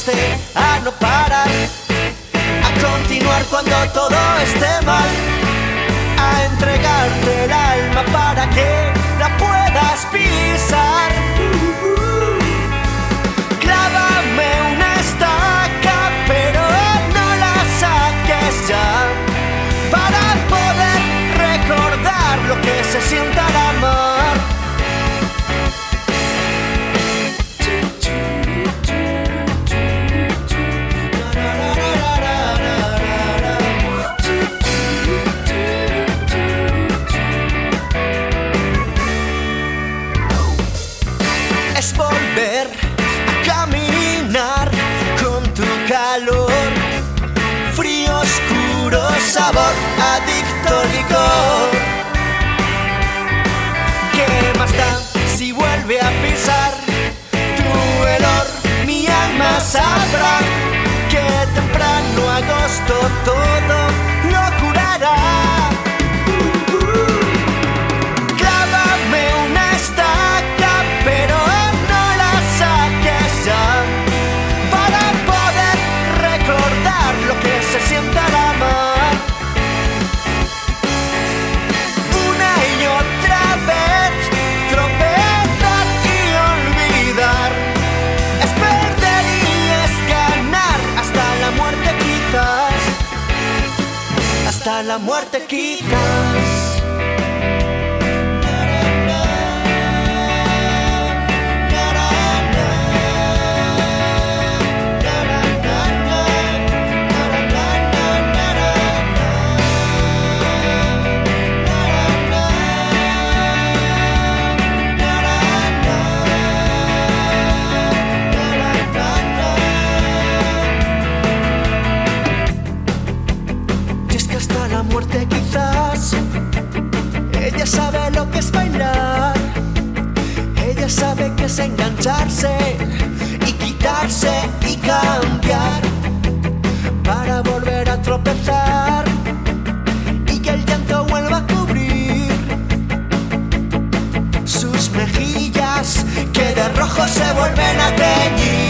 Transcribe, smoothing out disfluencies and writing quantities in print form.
dispueste a no parar, a continuar cuando todo esté mal, a entregarte el alma para que la puedas pisar. Clávame una estaca, pero no la saques ya, para poder recordar lo que se siente al amar. Es volver a caminar con tu calor, frío, oscuro, sabor, adicto licor. ¿Qué más da si vuelve a pisar tu velor? Mi alma sabrá que temprano agosto todo lo curará. Clávame una estaca, pero no la saques ya, para poder recordar lo que se siente al amar. Una y otra vez tropezar y olvidar, es perder y es ganar, hasta la muerte quizás, hasta la muerte quizás. Hasta la muerte quizás. Ella sabe lo que es bailar, ella sabe que es engancharse y quitarse y cambiar, para volver a tropezar y que el llanto vuelva a cubrir sus mejillas, que de rojo se vuelven a teñir.